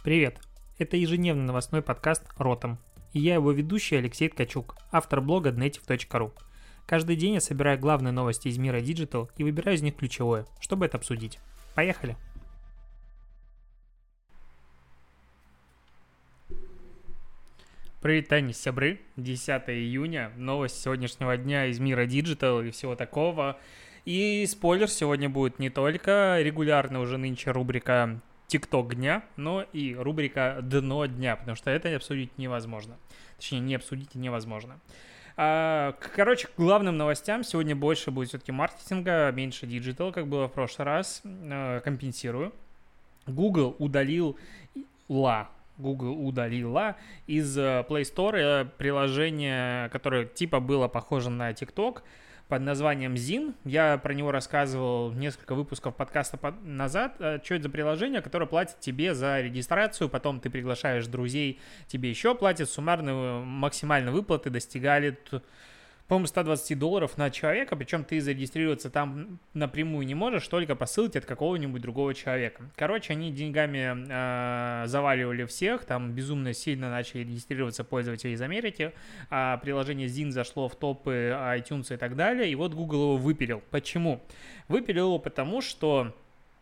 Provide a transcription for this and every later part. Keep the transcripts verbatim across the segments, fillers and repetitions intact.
Привет! Это ежедневный новостной подкаст «Ротом». И я его ведущий Алексей Ткачук, автор блога днейтив точка ру. Каждый день я собираю главные новости из мира Digital и выбираю из них ключевое, чтобы это обсудить. Поехали! Привет, Таня, сябры. десятое июня. Новость сегодняшнего дня из мира Digital и всего такого. И спойлер, сегодня будет не только регулярная уже нынче рубрика ТикТок дня, но и рубрика Дно дня, потому что это обсудить невозможно. Точнее, не обсудить невозможно. А, короче, к главным новостям сегодня больше будет все-таки маркетинга, меньше диджитал, как было в прошлый раз. А, компенсирую. Google удалил ла. Google удалила из Play Store приложение, которое типа было похоже на TikTok, под названием Zine. Я про него рассказывал несколько выпусков подкаста назад. Что это за приложение, которое платит тебе за регистрацию, потом ты приглашаешь друзей, тебе еще платят. Суммарно максимально выплаты достигали, по-моему, сто двадцать долларов на человека, причем ты зарегистрироваться там напрямую не можешь, только по ссылке от какого-нибудь другого человека. Короче, они деньгами э, заваливали всех, там безумно сильно начали регистрироваться пользователи из Америки, а приложение Zine зашло в топы iTunes и так далее, и вот Google его выпилил. Почему? Выпилил его потому, что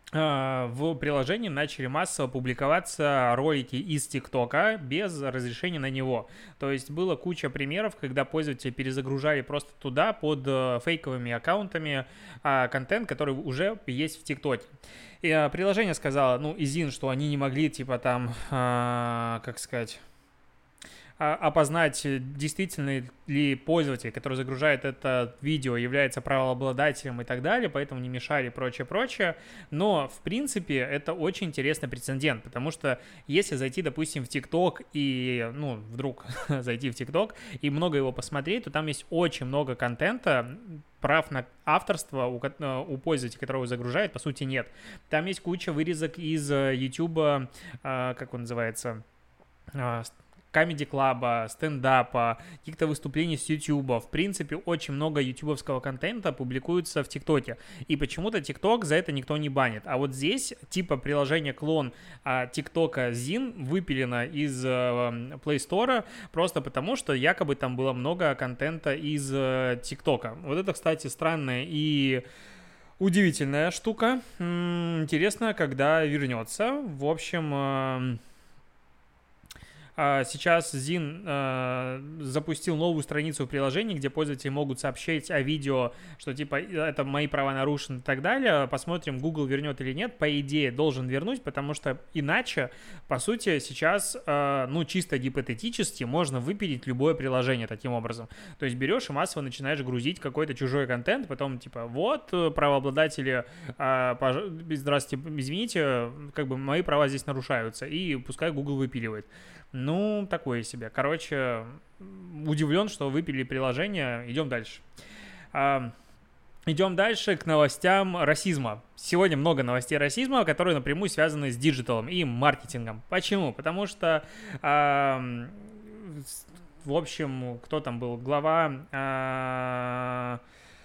в приложении начали массово публиковаться ролики из ТикТока без разрешения на него. То есть было куча примеров, когда пользователи перезагружали просто туда под фейковыми аккаунтами контент, который уже есть в ТикТоке. И приложение сказало, ну, и Zine, что они не могли, типа, там, как сказать, опознать, действительно ли пользователь, который загружает это видео, является правообладателем и так далее, поэтому не мешали прочее-прочее. Но, в принципе, это очень интересный прецедент, потому что если зайти, допустим, в ТикТок и, ну, вдруг зайти в ТикТок и много его посмотреть, то там есть очень много контента, прав на авторство у, у пользователя, которого загружает, по сути, нет. Там есть куча вырезок из YouTube, как он называется, Comedy Club, стендапа, каких-то выступлений с YouTube. В принципе, очень много ютубовского контента публикуется в ТикТоке. И почему-то ТикТок за это никто не банит. А вот здесь типа приложение клон а, ТикТока Zine выпилено из а, Play Store просто потому, что якобы там было много контента из а, ТикТока. Вот это, кстати, странная и удивительная штука. М-м, интересно, когда вернется. В общем... А, Сейчас Zine э, запустил новую страницу в приложении, где пользователи могут сообщить о видео, что типа это мои права нарушены и так далее. Посмотрим, Google вернет или нет. По идее, должен вернуть, потому что иначе, по сути, сейчас, э, ну, чисто гипотетически можно выпилить любое приложение таким образом. То есть берешь и массово начинаешь грузить какой-то чужой контент, потом типа вот правообладатели, э, пож... здравствуйте, извините, как бы мои права здесь нарушаются, и пускай Google выпиливает. Ну, такое себе. Короче, удивлен, что выпили приложение. Идем дальше. А, идем дальше к новостям расизма. Сегодня много новостей расизма, которые напрямую связаны с диджиталом и маркетингом. Почему? Потому что, а, в общем, кто там был? Глава... А,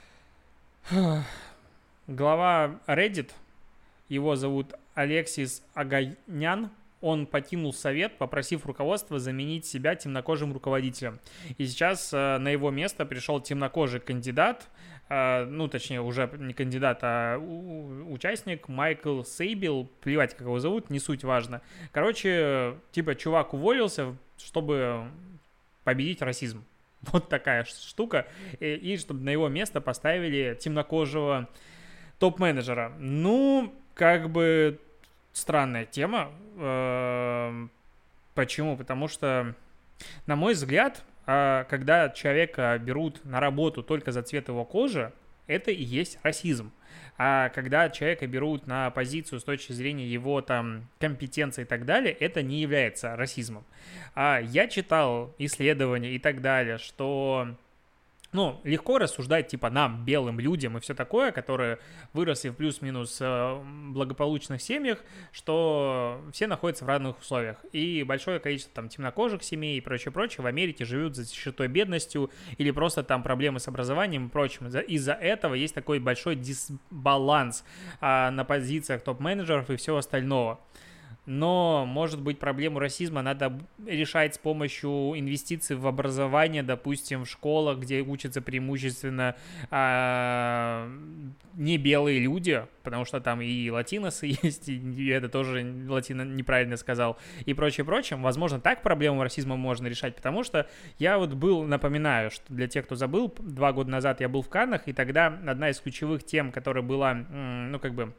глава Reddit, его зовут Алексис Аганян. Он покинул совет, попросив руководство заменить себя темнокожим руководителем. И сейчас э, на его место пришел темнокожий кандидат, э, ну, точнее, уже не кандидат, а у- участник Майкл Сейбел, плевать, как его зовут, не суть важно. Короче, типа, чувак уволился, чтобы победить расизм. Вот такая штука. И, и чтобы на его место поставили темнокожего топ-менеджера. Ну, как бы... Странная тема. Почему? Потому что, на мой взгляд, когда человека берут на работу только за цвет его кожи, это и есть расизм. А когда человека берут на позицию с точки зрения его там компетенции и так далее, это не является расизмом. А я читал исследования и так далее, что... Ну, легко рассуждать, типа, нам, белым людям и все такое, которые выросли в плюс-минус благополучных семьях, что все находятся в разных условиях. И большое количество там темнокожих семей и прочее-прочее в Америке живут за щитой бедностью или просто там проблемы с образованием и прочим. Из-за этого есть такой большой дисбаланс а, на позициях топ-менеджеров и всего остального. но, может быть, проблему расизма надо решать с помощью инвестиций в образование, допустим, в школах, где учатся преимущественно а, не белые люди, потому что там и латиносы есть, и это тоже латино неправильно сказал, и прочее, прочее. Возможно, так проблему расизма можно решать, потому что я вот был, напоминаю, что для тех, кто забыл, два года назад я был в Каннах, и тогда одна из ключевых тем, которая была, ну, как бы,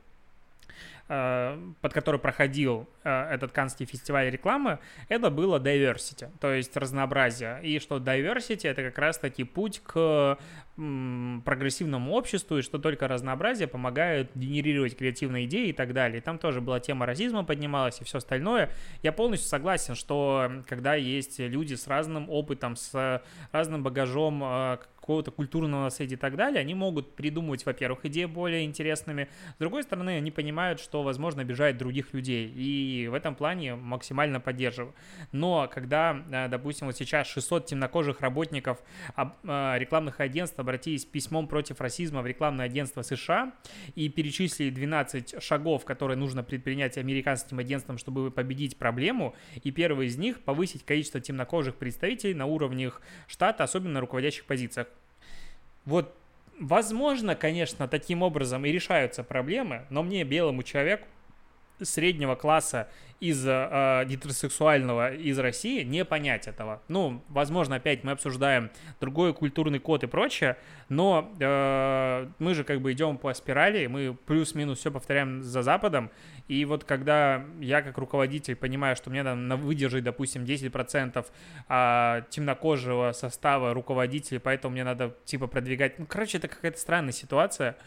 под который проходил этот Каннский фестиваль рекламы, это было diversity, то есть разнообразие. И что diversity — это как раз-таки путь к прогрессивному обществу, и что только разнообразие помогает генерировать креативные идеи и так далее. И там тоже была тема расизма поднималась и все остальное. Я полностью согласен, что когда есть люди с разным опытом, с разным багажом какого-то культурного наследия и так далее, они могут придумывать, во-первых, идеи более интересными, с другой стороны, они понимают, что, возможно, обижает других людей, и в этом плане максимально поддерживаю. Но когда, допустим, вот сейчас шестьсот темнокожих работников рекламных агентств обратились с письмом против расизма в рекламное агентство США и перечислили двенадцать шагов, которые нужно предпринять американским агентствам, чтобы победить проблему, и первый из них — повысить количество темнокожих представителей на уровнях штата, особенно на руководящих позициях. Вот, возможно, конечно, таким образом и решаются проблемы, но мне, белому человеку среднего класса из э, гетеросексуального из России, не понять этого. Ну, возможно, опять мы обсуждаем другой культурный код и прочее, но э, мы же как бы идем по спирали, мы плюс-минус все повторяем за Западом, и вот когда я как руководитель понимаю, что мне надо выдержать, допустим, десять процентов э, темнокожего состава руководителей, поэтому мне надо типа продвигать, ну, короче, это какая-то странная ситуация.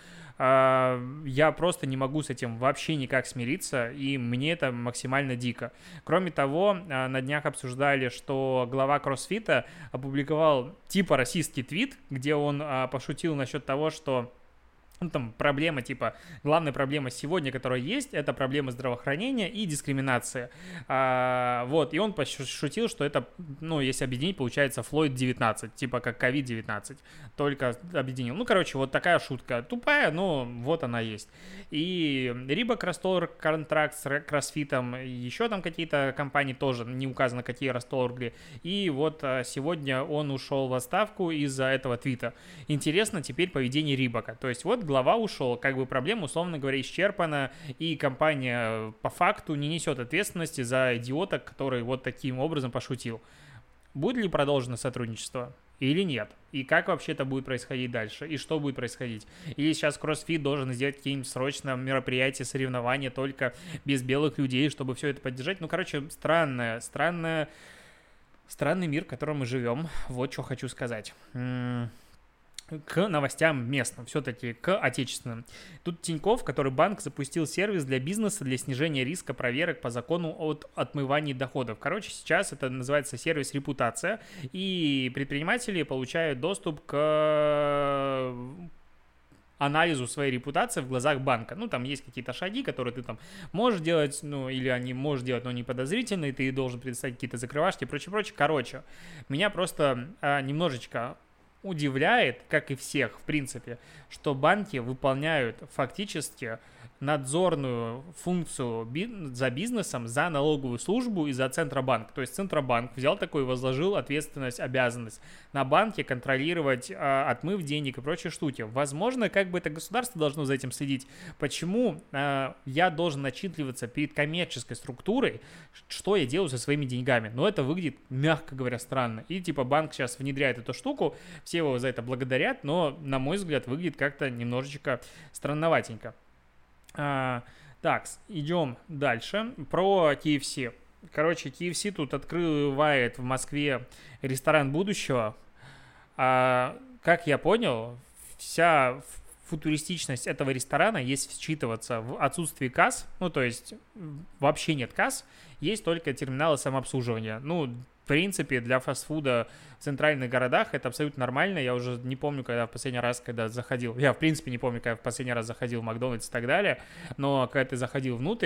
Я просто не могу с этим вообще никак смириться, и мне это максимально дико. Кроме того, на днях обсуждали, что глава кроссфита опубликовал типа расистский твит, где он пошутил насчет того, что ну, там проблема, типа, главная проблема сегодня, которая есть, это проблема здравоохранения и дискриминация. А, вот, и он пошутил, что это, ну, если объединить, получается Флойд девятнадцать, типа как ковид девятнадцать, только объединил. Ну, короче, вот такая шутка, тупая, но вот она есть. И Reebok расторг контракт с кроссфитом, еще там какие-то компании тоже, не указано, какие расторгли. И вот сегодня он ушел в отставку из-за этого твита. Интересно теперь поведение Reebok. То есть вот глава ушел, как бы проблема, условно говоря, исчерпана, и компания по факту не несет ответственности за идиота, который вот таким образом пошутил. Будет ли продолжено сотрудничество или нет? И как вообще это будет происходить дальше? И что будет происходить? Или сейчас CrossFit должен сделать какие-нибудь срочно мероприятия, соревнования только без белых людей, чтобы все это поддержать? Ну, короче, странное, странное, странный мир, в котором мы живем. Вот что хочу сказать. К новостям местным, все-таки к отечественным. Тут Тинькофф, который банк, запустил сервис для бизнеса для снижения риска проверок по закону от отмывания доходов. Короче, сейчас это называется сервис «Репутация», и предприниматели получают доступ к анализу своей репутации в глазах банка. Ну, там есть какие-то шаги, которые ты там можешь делать, ну, или они можешь делать, но не подозрительные, ты должен предоставить какие-то закрывашки и прочее, прочее. Короче, меня просто а, немножечко удивляет, как и всех, в принципе, что банки выполняют фактически надзорную функцию би- за бизнесом, за налоговую службу и за Центробанк. То есть Центробанк взял такой и возложил ответственность, обязанность на банке контролировать э, отмыв денег и прочие штуки. Возможно, как бы это государство должно за этим следить. Почему э, я должен отчитываться перед коммерческой структурой, что я делаю со своими деньгами? Но это выглядит, мягко говоря, странно. И типа банк сейчас внедряет эту штуку, все его за это благодарят, но, на мой взгляд, выглядит как-то немножечко странноватенько. А, так, идем дальше. Про кей эф си. Короче, кей эф си тут открывает в Москве ресторан будущего. А, как я понял, вся футуристичность этого ресторана есть считываться в отсутствии касс. Ну, то есть вообще нет касс, есть только терминалы самообслуживания. Ну, в принципе, для фастфуда в центральных городах это абсолютно нормально. Я уже не помню, когда в последний раз, когда заходил, я в принципе не помню, когда в последний раз заходил в Макдональдс и так далее, но когда ты заходил внутрь,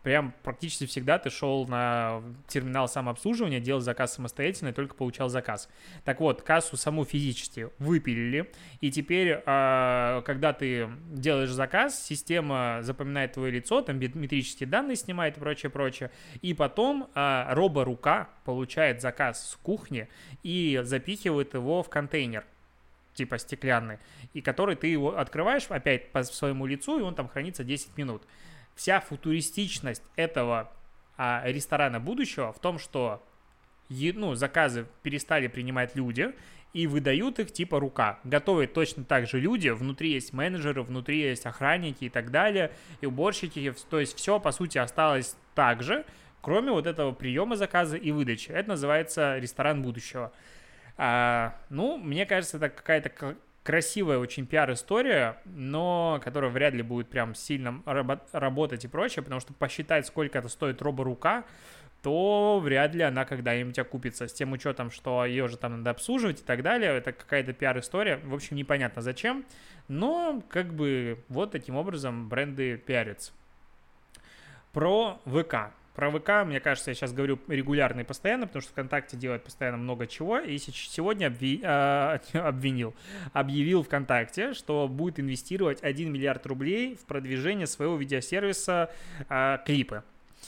прям практически всегда ты шел на терминал самообслуживания, делал заказ самостоятельно и только получал заказ. Так вот, кассу саму физически выпилили, и теперь, когда ты делаешь заказ, система запоминает твое лицо, там биометрические данные снимает и прочее, прочее, и потом робо-рука получает заказ с кухни и запихивает его в контейнер, типа стеклянный, и который ты его открываешь опять по своему лицу, и он там хранится десять минут. Вся футуристичность этого а, ресторана будущего в том, что ну, заказы перестали принимать люди и выдают их типа рука. Готовят точно так же люди, внутри есть менеджеры, внутри есть охранники и так далее, и уборщики, то есть все по сути осталось так же, кроме вот этого приема заказа и выдачи. Это называется ресторан будущего. А, ну, мне кажется, это какая-то красивая очень пиар-история, но которая вряд ли будет прям сильно рабо- работать и прочее, потому что посчитать, сколько это стоит робо-рука, то вряд ли она когда-нибудь окупится. С тем учетом, что ее же там надо обслуживать и так далее, это какая-то пиар-история, в общем, непонятно зачем, но как бы вот таким образом бренды пиарятся. Про ВК. Про ВК, мне кажется, я сейчас говорю регулярно и постоянно, потому что ВКонтакте делает постоянно много чего. И сегодня обви... обвинил, объявил ВКонтакте, что будет инвестировать один миллиард рублей в продвижение своего видеосервиса а, клипы.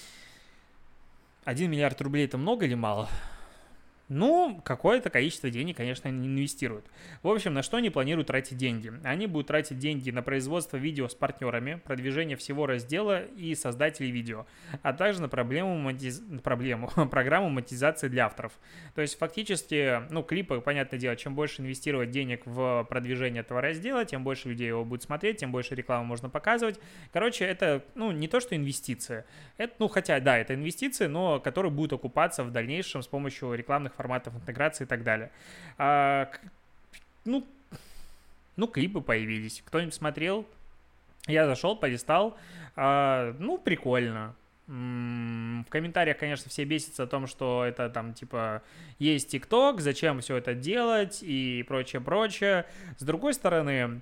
один миллиард рублей — это много или мало? Ну, какое-то количество денег, конечно, они инвестируют. В общем, на что они планируют тратить деньги? Они будут тратить деньги на производство видео с партнерами, продвижение всего раздела и создателей видео, а также на проблему, монетиз... проблему программу монетизации для авторов. То есть, фактически, ну, клипы, понятное дело, чем больше инвестировать денег в продвижение этого раздела, тем больше людей его будут смотреть, тем больше рекламы можно показывать. Короче, это, ну, не то, что инвестиция. Это, ну, хотя, да, это инвестиции, но которые будут окупаться в дальнейшем с помощью рекламных форматов интеграции и так далее. А, ну, ну, клипы появились. Кто-нибудь смотрел? Я зашел, полистал. А, ну, прикольно. В комментариях, конечно, все бесятся о том, что это там, типа, есть ТикТок, зачем все это делать и прочее-прочее. С другой стороны,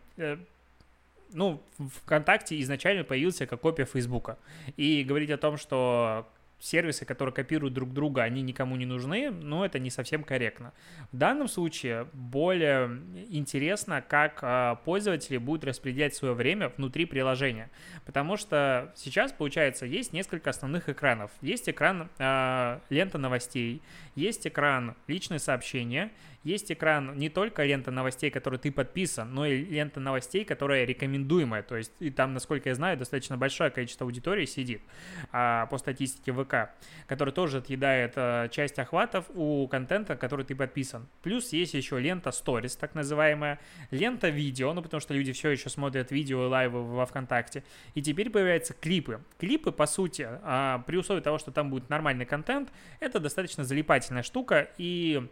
ну, ВКонтакте изначально появился как копия Фейсбука. И говорить о том, что сервисы, которые копируют друг друга, они никому не нужны, но это не совсем корректно. В данном случае более интересно, как э, пользователи будут распределять свое время внутри приложения, потому что сейчас, получается, есть несколько основных экранов. Есть экран э, лента новостей, есть экран личные сообщения, есть экран не только лента новостей, которой ты подписан, но и лента новостей, которая рекомендуемая. То есть и там, насколько я знаю, достаточно большое количество аудитории сидит а, по статистике ВК, который тоже отъедает а, часть охватов у контента, который ты подписан. Плюс есть еще лента Stories, так называемая, лента видео, ну потому что люди все еще смотрят видео и лайвы во ВКонтакте. И теперь появляются клипы. Клипы, по сути, а, при условии того, что там будет нормальный контент, это достаточно залипательная штука, и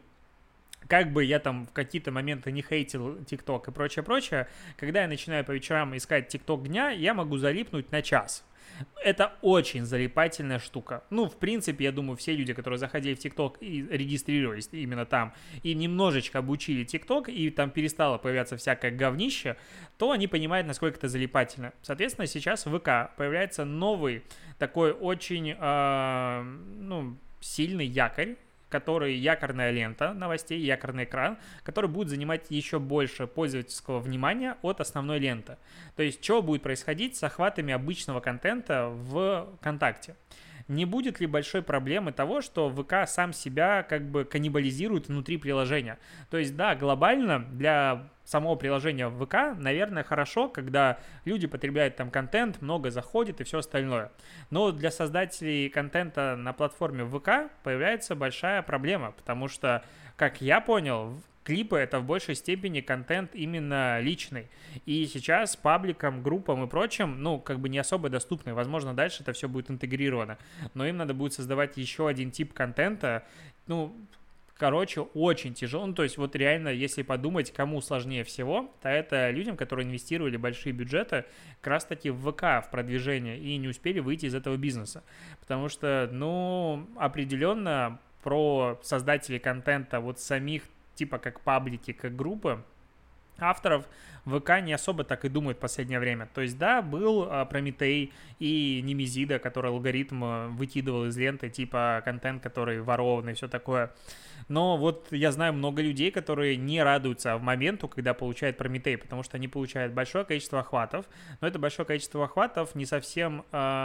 как бы я там в какие-то моменты не хейтил ТикТок и прочее-прочее, когда я начинаю по вечерам искать ТикТок дня, я могу залипнуть на час. Это очень залипательная штука. Ну, в принципе, я думаю, все люди, которые заходили в ТикТок и регистрировались именно там, и немножечко обучили ТикТок, и там перестало появляться всякое говнище, то они понимают, насколько это залипательно. Соответственно, сейчас в ВК появляется новый такой очень, э, ну, сильный якорь, который якорная лента новостей, якорный экран, который будет занимать еще больше пользовательского внимания от основной ленты. То есть, что будет происходить с охватами обычного контента в ВКонтакте? Не будет ли большой проблемы того, что ВК сам себя как бы каннибализирует внутри приложения? То есть, да, глобально для самого приложения ВК, наверное, хорошо, когда люди потребляют там контент, много заходит и все остальное. Но для создателей контента на платформе ВК появляется большая проблема, потому что, как я понял, клипы — это в большей степени контент именно личный. И сейчас пабликам, группам и прочим, ну, как бы не особо доступны. Возможно, дальше это все будет интегрировано. Но им надо будет создавать еще один тип контента. Ну, короче, очень тяжело. Ну, то есть вот реально, если подумать, кому сложнее всего, то это людям, которые инвестировали большие бюджеты как раз-таки в ВК, в продвижение, и не успели выйти из этого бизнеса. Потому что, ну, определенно про создателей контента вот самих, типа как паблики, как группы, авторов ВК не особо так и думает в последнее время. То есть, да, был а, Прометей и Немезида, который алгоритм а, выкидывал из ленты, типа контент, который ворованный и все такое. Но вот я знаю много людей, которые не радуются в моменту, когда получают Прометей, потому что они получают большое количество охватов, но это большое количество охватов не совсем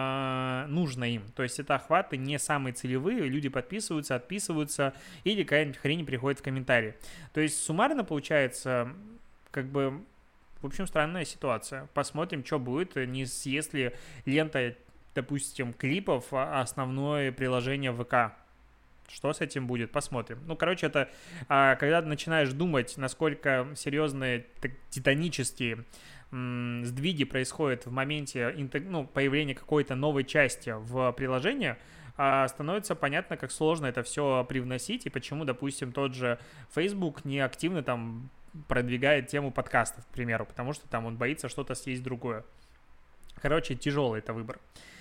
э, нужно им. То есть это охваты не самые целевые, люди подписываются, отписываются или какая-нибудь хрень приходит в комментарии. То есть суммарно получается как бы... В общем, странная ситуация. Посмотрим, что будет, не съест ли лента, допустим, клипов основное приложение ВК. Что с этим будет? Посмотрим. Ну, короче, это а, когда начинаешь думать, насколько серьезные так, титанические м, сдвиги происходят в моменте ну, появления какой-то новой части в приложении, а, становится понятно, как сложно это все привносить и почему, допустим, тот же Facebook не активно там продвигает тему подкастов, к примеру, потому что там он боится что-то съесть другое. Короче, тяжелый это выбор.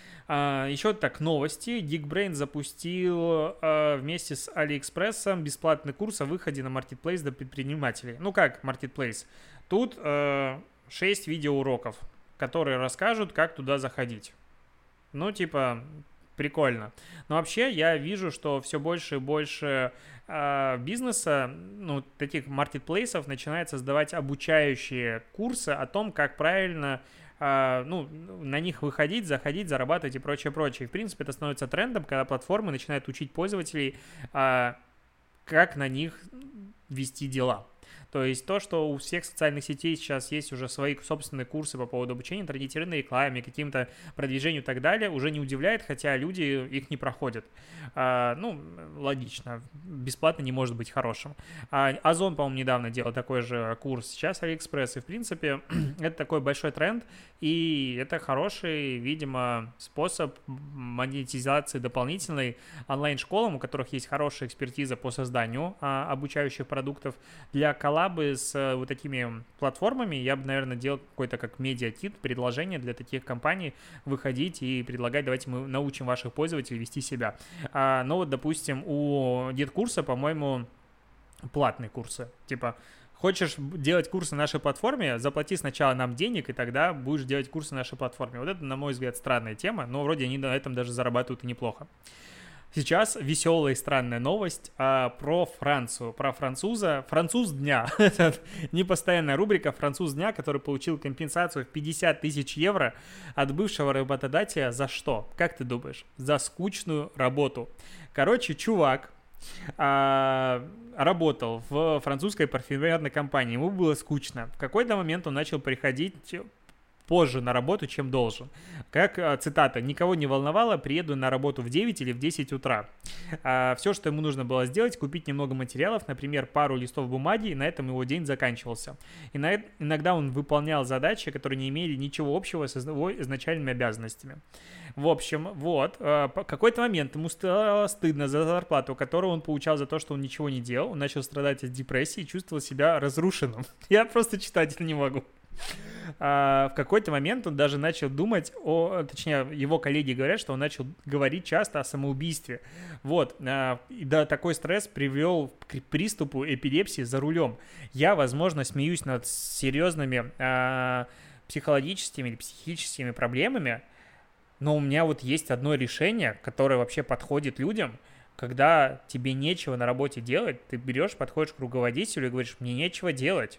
Uh, еще так, новости. Geekbrain запустил uh, вместе с AliExpress бесплатный курс о выходе на Marketplace для предпринимателей. Ну как Marketplace? Тут uh, шесть видеоуроков, которые расскажут, как туда заходить. Ну типа прикольно. Но вообще я вижу, что все больше и больше uh, бизнеса, ну таких маркетплейсов начинает создавать обучающие курсы о том, как правильно Uh, ну, на них выходить, заходить, зарабатывать и прочее, прочее. В принципе, это становится трендом, когда платформы начинают учить пользователей, uh, как на них вести дела. То есть то, что у всех социальных сетей сейчас есть уже свои собственные курсы по поводу обучения, таргетированной рекламе, каким-то продвижению и так далее, уже не удивляет, хотя люди их не проходят. А, ну, логично. Бесплатно не может быть хорошим. А, Озон, по-моему, недавно делал такой же курс. Сейчас AliExpress. И, в принципе, это такой большой тренд. И это хороший, видимо, способ монетизации дополнительной онлайн-школам, у которых есть хорошая экспертиза по созданию а, обучающих продуктов. Для коллаб бы с вот такими платформами я бы, наверное, делал какой-то как медиа-кит, предложение для таких компаний выходить и предлагать, давайте мы научим ваших пользователей вести себя. А, но вот, допустим, у Дед-курса, по-моему, платные курсы. Типа, хочешь делать курсы на нашей платформе, заплати сначала нам денег, и тогда будешь делать курсы на нашей платформе. Вот это, на мой взгляд, странная тема, но вроде они на этом даже зарабатывают и неплохо. Сейчас веселая и странная новость а, про Францию, про француза. Француз дня. Это непостоянная рубрика «Француз дня», который получил компенсацию в пятьдесят тысяч евро от бывшего работодателя. За что? Как ты думаешь? За скучную работу. Короче, чувак а, работал в французской парфюмерной компании. Ему было скучно. В какой-то момент он начал приходить позже на работу, чем должен. Как, цитата, «никого не волновало, приеду на работу в девять или в десять утра». А, все, что ему нужно было сделать, купить немного материалов, например, пару листов бумаги, и на этом его день заканчивался. И на, иногда он выполнял задачи, которые не имели ничего общего с его изначальными обязанностями. В общем, вот, а, в какой-то момент ему стало стыдно за зарплату, которую он получал за то, что он ничего не делал. Он начал страдать от депрессии и чувствовал себя разрушенным. Я просто читать не могу. А, в какой-то момент он даже начал думать о, точнее, его коллеги говорят, что он начал говорить часто о самоубийстве. Вот, а, и да, такой стресс привел к приступу эпилепсии за рулем. Я, возможно, смеюсь над серьезными а, психологическими или психическими проблемами, но у меня вот есть одно решение, которое вообще подходит людям. Когда тебе нечего на работе делать, ты берешь, подходишь к руководителю и говоришь: мне нечего делать.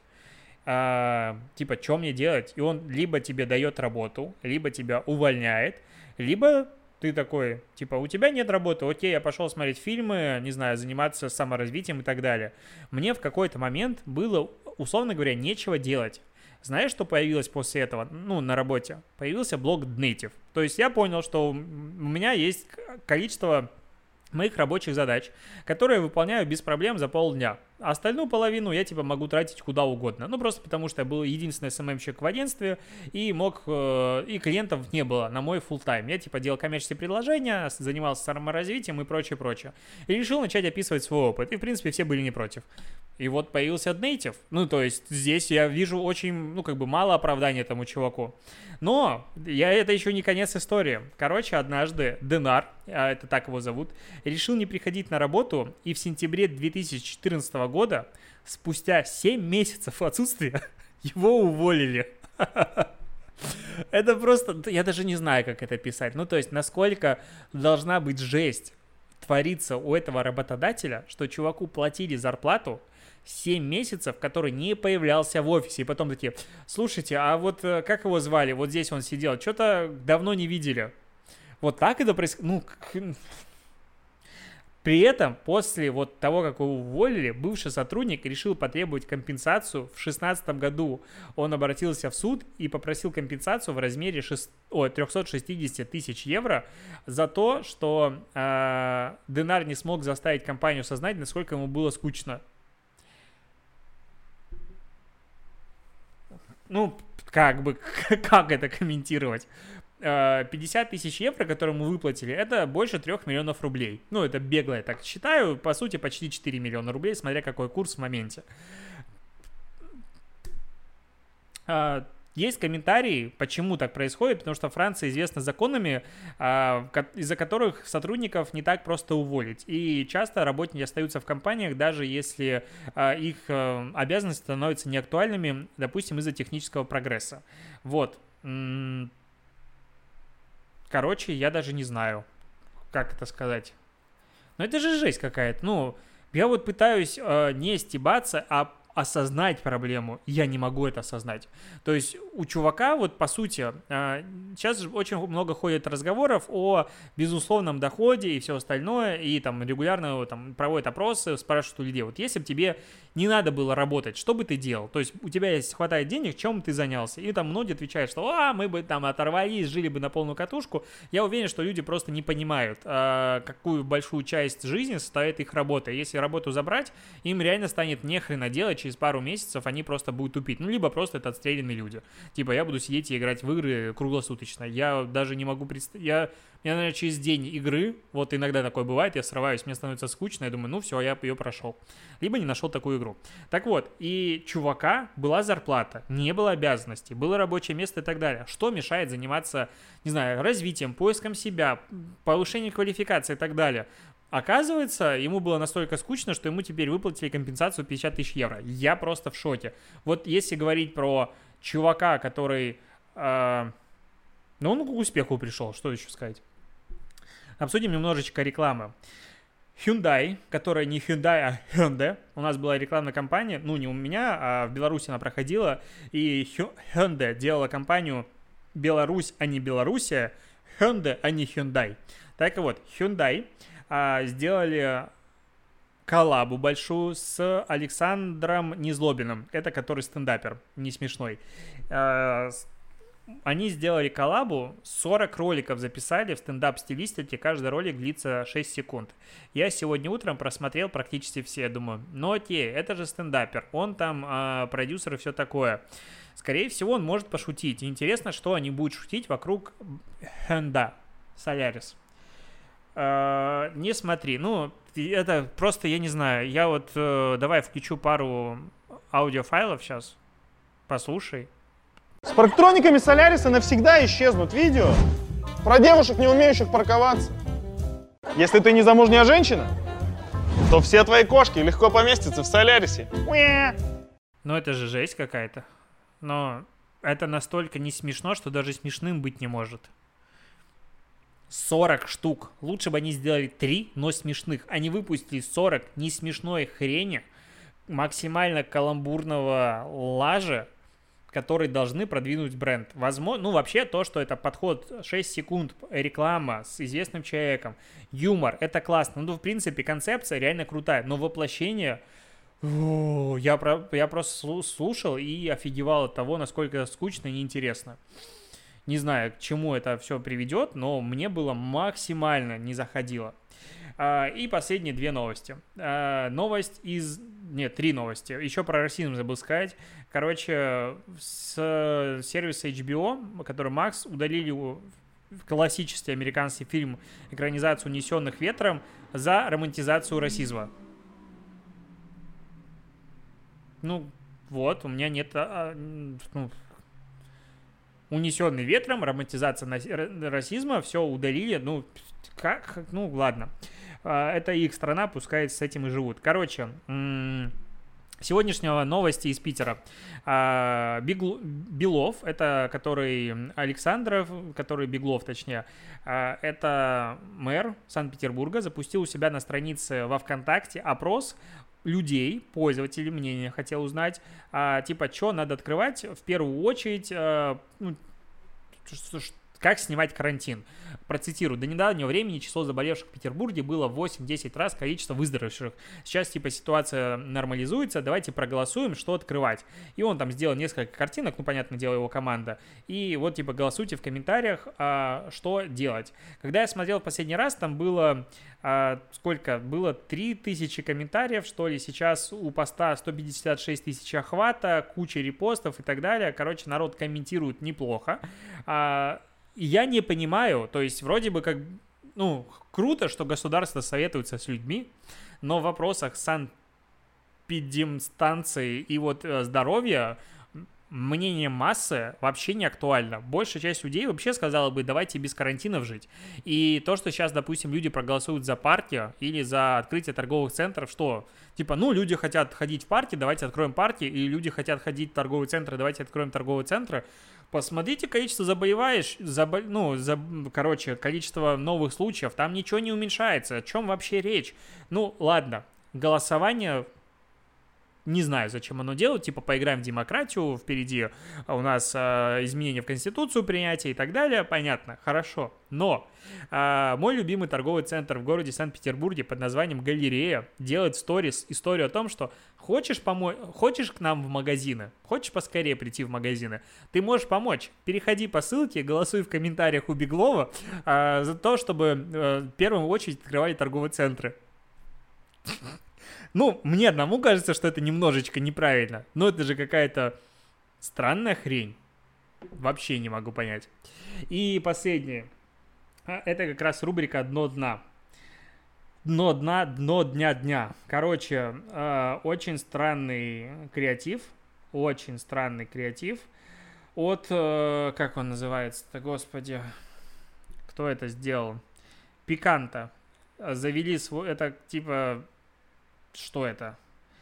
А, типа, что мне делать? И он либо тебе дает работу, либо тебя увольняет, либо ты такой, типа, у тебя нет работы, окей, я пошел смотреть фильмы, не знаю, заниматься саморазвитием и так далее. Мне в какой-то момент было, условно говоря, нечего делать. Знаешь, что появилось после этого, ну, на работе? Появился блог Native. То есть я понял, что у меня есть количество моих рабочих задач, которые я выполняю без проблем за полдня. А остальную половину я типа могу тратить куда угодно. Ну, просто потому что я был единственный эс эм эм-щик в агентстве и мог, э, и клиентов не было на мой фулл-тайм. Я типа делал коммерческие предложения, занимался саморазвитием и прочее, прочее. И решил начать описывать свой опыт. И, в принципе, все были не против. И вот появился Native. Ну, то есть здесь я вижу очень, ну, как бы мало оправдания этому чуваку. Но я, это еще не конец истории. Короче, однажды Денар, а это так его зовут, решил не приходить на работу, и в сентябре две тысячи четырнадцатого года, спустя семь месяцев отсутствия, Его уволили. Это просто... Я даже не знаю, как это писать. Ну, то есть, насколько должна быть жесть твориться у этого работодателя, что чуваку платили зарплату семь месяцев, который не появлялся в офисе. И потом такие, слушайте, а вот как его звали? Вот здесь он сидел. Что-то давно не видели. Вот так это происходит. Ну, при этом, после вот того, как его уволили, бывший сотрудник решил потребовать компенсацию. В две тысячи шестнадцатом году он обратился в суд и попросил компенсацию в размере шесть... О, триста шестьдесят тысяч евро за то, что э, Денар не смог заставить компанию осознать, насколько ему было скучно. Ну, как бы, как это комментировать? пятьдесят тысяч евро, которые мы выплатили, это больше трех миллионов рублей. Ну, это бегло я так считаю. По сути, почти четыре миллиона рублей, смотря какой курс в моменте. Есть комментарии, почему так происходит, потому что Франция известна законами, из-за которых сотрудников не так просто уволить. И часто работники остаются в компаниях, даже если их обязанности становятся неактуальными, допустим, из-за технического прогресса. Вот. Короче, я даже не знаю, как это сказать. Но это же жесть какая-то. Ну, я вот пытаюсь э, не стебаться, а осознать проблему. Я не могу это осознать. То есть у чувака, вот по сути, э, сейчас очень много ходит разговоров о безусловном доходе и все остальное, и там регулярно там, проводят опросы, спрашивают у людей, вот если бы тебе не надо было работать, что бы ты делал? То есть у тебя есть хватает денег, чем ты занялся? И там многие отвечают, что а, мы бы там оторвались, жили бы на полную катушку. Я уверен, что люди просто не понимают, э, какую большую часть жизни состоит их работа. Если работу забрать, им реально станет нехрена делать, через пару месяцев они просто будут тупить. Ну, либо просто это отстрелянные люди. Типа, я буду сидеть и играть в игры круглосуточно. Я даже не могу представить... Я... Я, наверное, через день игры, вот иногда такое бывает, я срываюсь, мне становится скучно, я думаю, ну все, я ее прошел. Либо не нашел такую игру. Так вот, и чувака была зарплата, не было обязанностей, было рабочее место и так далее. Что мешает заниматься, не знаю, развитием, поиском себя, повышением квалификации и так далее? Оказывается, ему было настолько скучно, что ему теперь выплатили компенсацию пятьдесят тысяч евро. Я просто в шоке. Вот если говорить про чувака, который... Э, ну, он к успеху пришел, что еще сказать? Обсудим немножечко рекламы. Hyundai, которая не Hyundai, а Hyundai. У нас была рекламная кампания, ну не у меня, а в Беларуси она проходила. И Hyundai делала кампанию «Беларусь, а не Белоруссия», Hyundai, а не Hyundai. Так вот, Hyundai а, сделали коллабу большую с Александром Незлобиным. Это который стендапер, не смешной. А, Они сделали коллабу, сорок роликов записали в стендап-стилистике, каждый ролик длится шесть секунд. Я сегодня утром просмотрел практически все, думаю, ну окей, это же стендапер, он там э, продюсер и все такое. Скорее всего, он может пошутить. Интересно, что они будут шутить вокруг Honda Solaris. Э, не смотри, ну, это просто, я не знаю, я вот, э, давай включу пару аудиофайлов сейчас, послушай. С парктрониками Соляриса навсегда исчезнут видео про девушек, не умеющих парковаться. Если ты не замужняя женщина, то все твои кошки легко поместятся в Солярисе. Ну это же жесть какая-то. Но это настолько не смешно, что даже смешным быть не может. сорок штук. Лучше бы они сделали три, но смешных. Они выпустили сорок не смешной хрени, максимально каламбурного лажа, которые должны продвинуть бренд. Возможно, ну вообще то, что это подход шесть секунд, реклама с известным человеком, юмор, это классно. Ну, в принципе, концепция реально крутая, но воплощение... О, я, про, я просто слушал и офигевал от того, насколько это скучно и неинтересно. Не знаю, к чему это все приведет, но мне было максимально не заходило. И последние две новости. Новость из... Нет, три новости. Еще про расизм забыл сказать. Короче, с сервиса эйч би о, который Max, удалили классический американский фильм, экранизацию «Унесенных ветром» за романтизацию расизма. Ну, вот, у меня нет... Ну, «Унесенный ветром», романтизация расизма, все удалили. Ну, как? Ну, ладно. Это их страна, пускай с этим и живут. Короче, Сегодняшнего новости из Питера. А, Бегло, Белов, это который Александров, который Беглов, точнее, а, это мэр Санкт-Петербурга, запустил у себя на странице во ВКонтакте опрос людей, пользователей, мнения хотел узнать, а, типа, что надо открывать в первую очередь, а, ну, как снимать карантин. Процитирую. До недавнего времени число заболевших в Петербурге было в восемь-десять раз количество выздоровевших. Сейчас, типа, ситуация нормализуется, давайте проголосуем, что открывать. И он там сделал несколько картинок, ну, понятное дело, его команда. И вот, типа, голосуйте в комментариях, а, что делать. Когда я смотрел в последний раз, там было, а, сколько? Было три тысячи комментариев, что ли. Сейчас у поста сто пятьдесят шесть тысяч охвата, куча репостов и так далее. Короче, народ комментирует неплохо. А, Я не понимаю, то есть вроде бы как, ну, круто, что государство советуется с людьми, но в вопросах санэпидемстанции и вот здоровья мнение массы вообще не актуально. Большая часть людей вообще сказала бы, давайте без карантинов жить. И то, что сейчас, допустим, люди проголосуют за партию или за открытие торговых центров, что? Типа, ну, люди хотят ходить в парки, давайте откроем парки, и люди хотят ходить в торговые центры, давайте откроем торговые центры. Посмотрите количество заболеваешь, забол... ну, за... короче, количество новых случаев, там ничего не уменьшается. О чем вообще речь? Ну, ладно, голосование... Не знаю, зачем оно делают, типа поиграем в демократию, впереди у нас э, изменения в Конституцию, принятие и так далее, понятно, хорошо. Но э, мой любимый торговый центр в городе Санкт-Петербурге под названием «Галерея» делает в сторис историю о том, что хочешь, помо- хочешь к нам в магазины, хочешь поскорее прийти в магазины, ты можешь помочь. Переходи по ссылке, голосуй в комментариях у Беглова э, за то, чтобы э, в первую очередь открывали торговые центры. Ну, мне одному кажется, что это немножечко неправильно, но это же какая-то странная хрень. Вообще не могу понять. И последнее. Это как раз рубрика «Дно дна». Дно дна, дно дня дня. Короче, э, очень странный креатив. Очень странный креатив. От, э, как он называется-то, господи. Кто это сделал? Пиканта. Завели свой, это типа... Что это?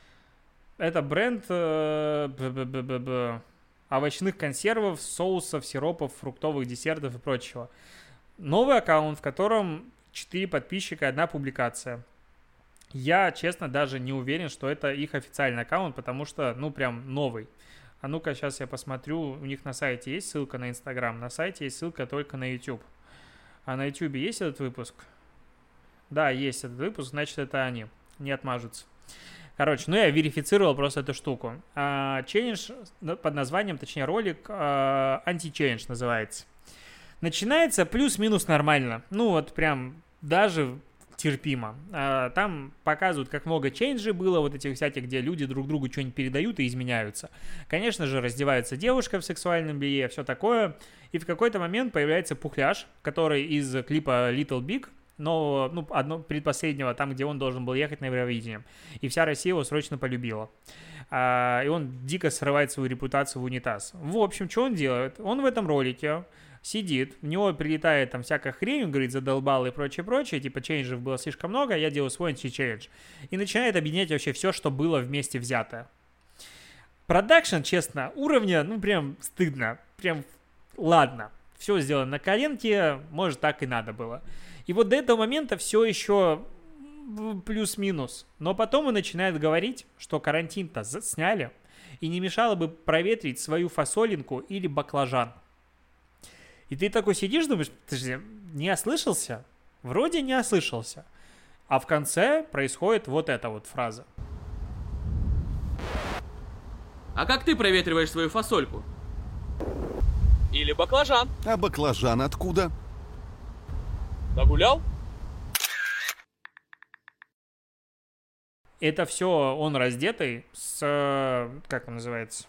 Это бренд э, б -б -б -б -б, овощных консервов, соусов, сиропов, фруктовых десертов и прочего. Новый аккаунт, в котором четыре подписчика и одна публикация. Я, честно, даже не уверен, что это их официальный аккаунт, потому что, ну, прям новый. А ну-ка, сейчас я посмотрю. У них на сайте есть ссылка на Инстаграм, на сайте есть ссылка только на YouTube. А на YouTube есть этот выпуск? Да, есть этот выпуск, значит, это они. Не отмажутся. Короче, ну я верифицировал просто эту штуку. А, челлендж под названием, точнее ролик, а, анти-челлендж называется. Начинается плюс-минус нормально. Ну вот прям даже терпимо. А, там показывают, как много челленджей было, вот этих всяких, где люди друг другу что-нибудь передают и изменяются. Конечно же, раздевается девушка в сексуальном белье, все такое. И в какой-то момент появляется Пухляж, который из клипа Little Big, но, ну, одно, предпоследнего, там, где он должен был ехать на Евровидение. И вся Россия его срочно полюбила. А, и он дико срывает свою репутацию в унитаз. В общем, что он делает? Он в этом ролике сидит, в него прилетает там всякая хрень, он говорит, задолбал и прочее-прочее, типа челленджев было слишком много, я делаю свой анти-челлендж. И начинает объединять вообще все, что было вместе взятое. Продакшн, честно, уровня, ну, прям стыдно. Прям, ладно, все сделано на коленке, может, так и надо было. И вот до этого момента все еще плюс-минус. Но потом он начинает говорить, что карантин-то сняли, и не мешало бы проветрить свою фасолинку или баклажан. И ты такой сидишь, думаешь, ты же не ослышался? Вроде не ослышался. А в конце происходит вот эта вот фраза. А как ты проветриваешь свою фасольку? Или баклажан? А баклажан откуда? Нагулял? Это все он раздетый с... Как он называется?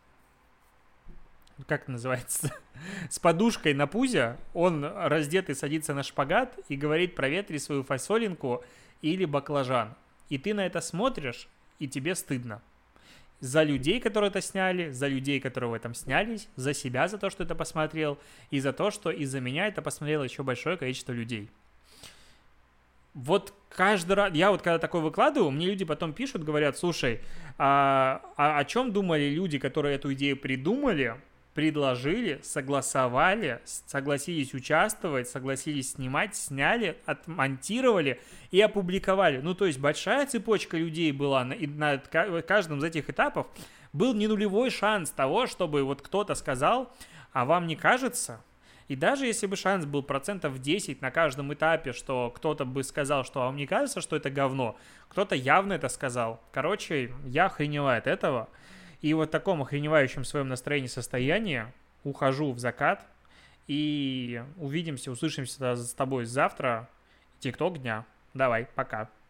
Как это называется? С подушкой на пузе. Он раздетый садится на шпагат и говорит: проветри свою фасолинку или баклажан. И ты на это смотришь, и тебе стыдно. За людей, которые это сняли, за людей, которые в этом снялись, за себя, за то, что это посмотрел, и за то, что из-за меня это посмотрело еще большое количество людей. вот каждый раз, я вот когда такое выкладываю, мне люди потом пишут, говорят, слушай, а, а о чем думали люди, которые эту идею придумали, предложили, согласовали, согласились участвовать, согласились снимать, сняли, отмонтировали и опубликовали. Ну, то есть большая цепочка людей была, и на каждом из этих этапов был не нулевой шанс того, чтобы вот кто-то сказал, а вам не кажется? И даже если бы шанс был процентов десять на каждом этапе, что кто-то бы сказал, что вам не кажется, что это говно, кто-то явно это сказал. Короче, я охреневаю от этого. И вот в таком охреневающем своем настроении состоянии ухожу в закат. И увидимся, услышимся с тобой завтра. ТикТок дня. Давай, пока.